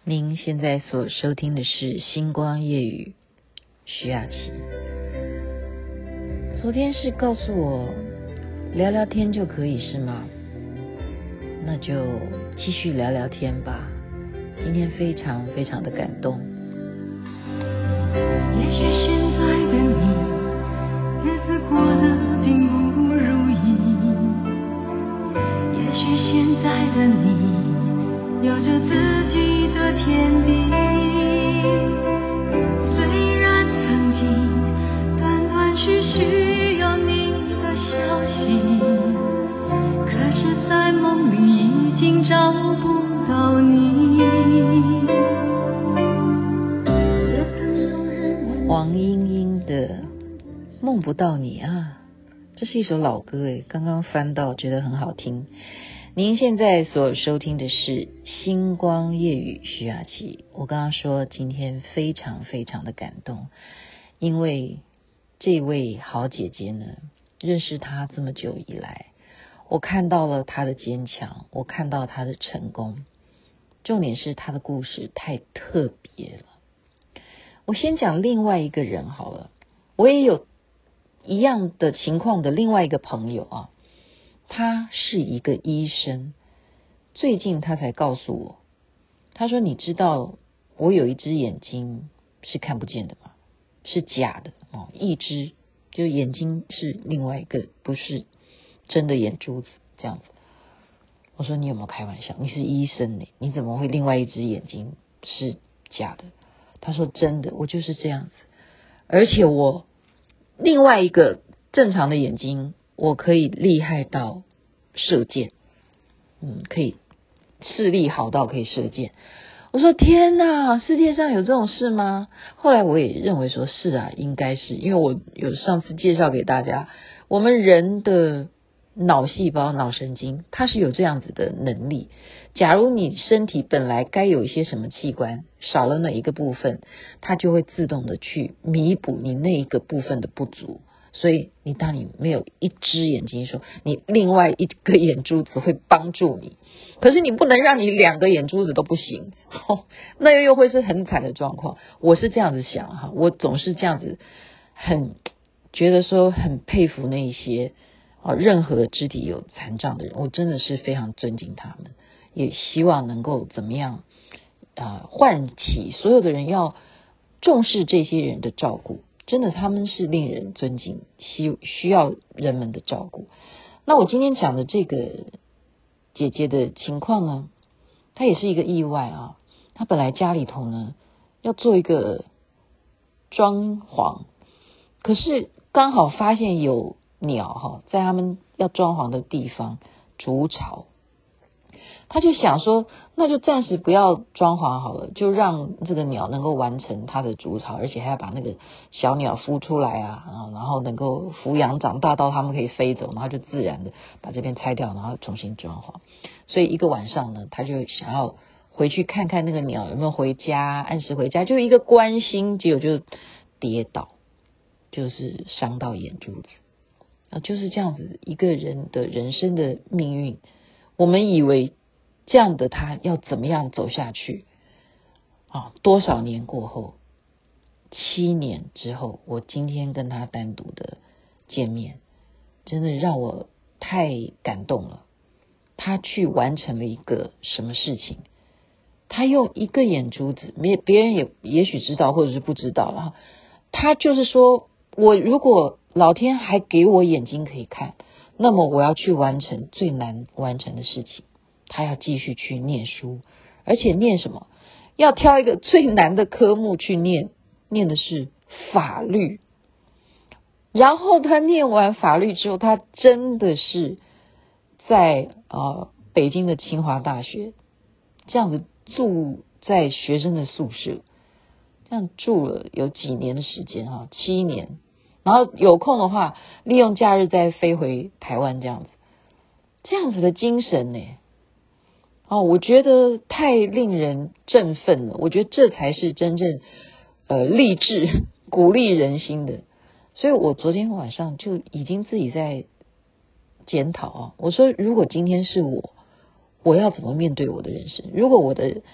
您现在所收听的是星光夜语，徐雅琪。昨天是告诉我聊聊天就可以是吗？那就继续聊聊天吧。今天非常非常的感动。 也许现在的你日子过得并不如意，也许现在的你有着自己的天地，虽然曾经断断续续有你的消息，可是在梦里已经找不到你。 黄莺莺的梦不到你啊，这是一首老歌诶，刚刚翻到觉得很好听。您现在所收听的是星光夜语，徐雅琪。我刚刚说今天非常非常的感动，因为这位好姐姐呢，认识她这么久以来，我看到了她的坚强，我看到她的成功，重点是她的故事太特别了。我先讲另外一个人好了，我也有一样的情况的另外一个朋友啊，他是一个医生，最近他才告诉我，他说你知道我有一只眼睛是看不见的吗？是假的哦，一只就眼睛是另外一个，不是真的眼珠子这样子。我说你有没有开玩笑？你是医生呢，你怎么会另外一只眼睛是假的？他说真的，我就是这样子，而且我另外一个正常的眼睛，我可以厉害到射箭，可以视力好到可以射箭。我说天哪，世界上有这种事吗？后来我也认为说是啊，应该是，因为我有上次介绍给大家，我们人的脑细胞、脑神经，它是有这样子的能力。假如你身体本来该有一些什么器官少了哪一个部分，它就会自动的去弥补你那一个部分的不足。所以当你没有一只眼睛的时候，你另外一个眼珠子会帮助你，可是你不能让你两个眼珠子都不行，那又会是很惨的状况。我是这样子想哈，我总是这样子很觉得说很佩服那一些任何肢体有残障的人，我真的是非常尊敬他们，也希望能够怎么样唤起所有的人要重视这些人的照顾，真的他们是令人尊敬，需要人们的照顾。那我今天讲的这个姐姐的情况呢，她也是一个意外啊。她本来家里头呢要做一个装潢，可是刚好发现有鸟在他们要装潢的地方筑巢，他就想说那就暂时不要装潢好了，就让这个鸟能够完成它的筑巢，而且还要把那个小鸟孵出来然后能够抚养长大到它们可以飞走，然后就自然的把这边拆掉，然后重新装潢。所以一个晚上呢，他就想要回去看看那个鸟有没有回家，按时回家，就一个关心，结果就跌倒，就是伤到眼珠子就是这样子一个人的人生的命运。我们以为这样的他要怎么样走下去多少年过后，7年之后，我今天跟他单独的见面，真的让我太感动了。他去完成了一个什么事情？他用一个眼珠子，别人也许知道或者是不知道他就是说，我如果老天还给我眼睛可以看，那么我要去完成最难完成的事情。他要继续去念书，而且念什么？要挑一个最难的科目去念，念的是法律。然后他念完法律之后，他真的是在北京的清华大学这样子住在学生的宿舍，这样住了有几年的时间7年，然后有空的话利用假日再飞回台湾，这样子的精神呢我觉得太令人振奋了。我觉得这才是真正励志鼓励人心的。所以我昨天晚上就已经自己在检讨我说如果今天是我要怎么面对我的人生？如果我的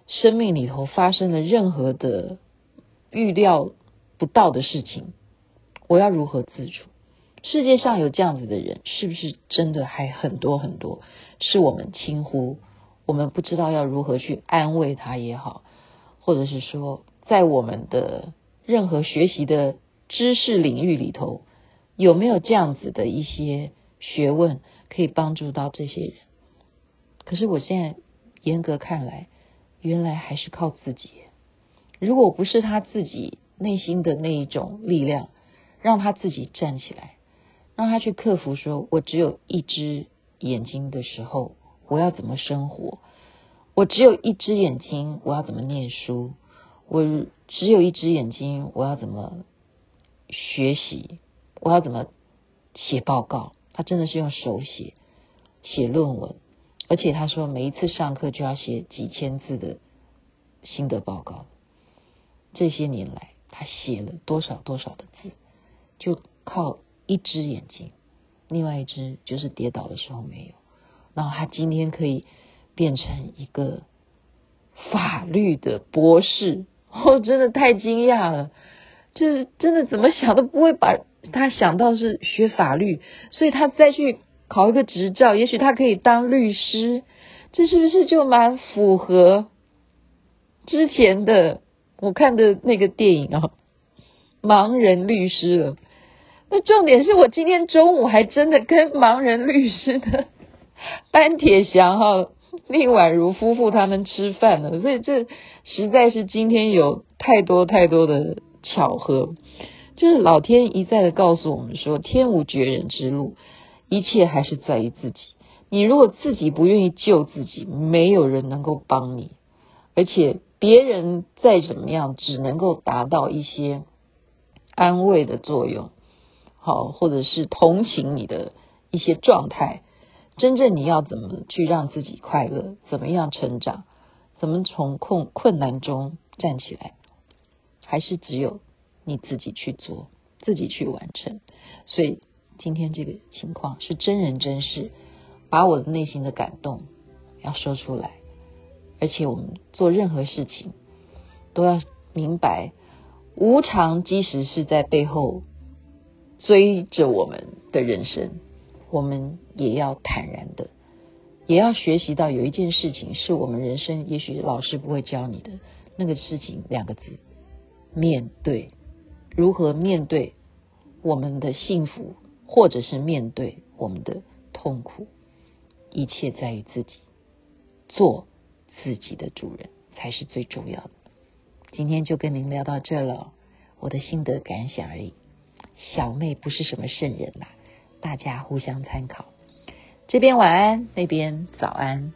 生命里头发生了任何的预料不到的事情，我要如何自处？世界上有这样子的人，是不是真的还很多很多，是我们轻忽，我们不知道要如何去安慰他也好，或者是说在我们的任何学习的知识领域里头，有没有这样子的一些学问可以帮助到这些人？可是我现在严格看来，原来还是靠自己。如果不是他自己内心的那一种力量，让他自己站起来，让他去克服说，我只有一只眼睛的时候，我要怎么生活？我只有一只眼睛，我要怎么念书？我只有一只眼睛，我要怎么学习？我要怎么写报告？他真的是用手写论文，而且他说每一次上课就要写几千字的心得报告。这些年来他写了多少的字，就靠一只眼睛，另外一只就是跌倒的时候没有。然后他今天可以变成一个法律的博士，真的太惊讶了，就是真的怎么想都不会把他想到是学法律，所以他再去考一个执照，也许他可以当律师，这是不是就蛮符合之前的我看的那个电影盲人律师了？那重点是我今天中午还真的跟盲人律师的班铁祥令宛如夫妇他们吃饭了，所以这实在是今天有太多的巧合。就是老天一再的告诉我们说，天无绝人之路，一切还是在于自己。你如果自己不愿意救自己，没有人能够帮你，而且别人再怎么样只能够达到一些安慰的作用，或者是同情你的一些状态。真正你要怎么去让自己快乐，怎么样成长，怎么从困难中站起来，还是只有你自己去做，自己去完成。所以今天这个情况是真人真事，把我的内心的感动要说出来。而且我们做任何事情都要明白，无常即使是在背后追着我们的人生，我们也要坦然的，也要学习到有一件事情是我们人生也许老师不会教你的，那个事情2个字，面对。如何面对我们的幸福，或者是面对我们的痛苦，一切在于自己，做自己的主人才是最重要的。今天就跟您聊到这了，我的心得感想而已，小妹不是什么圣人啦，大家互相参考。这边晚安，那边早安。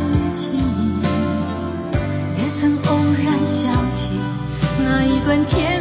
那一段天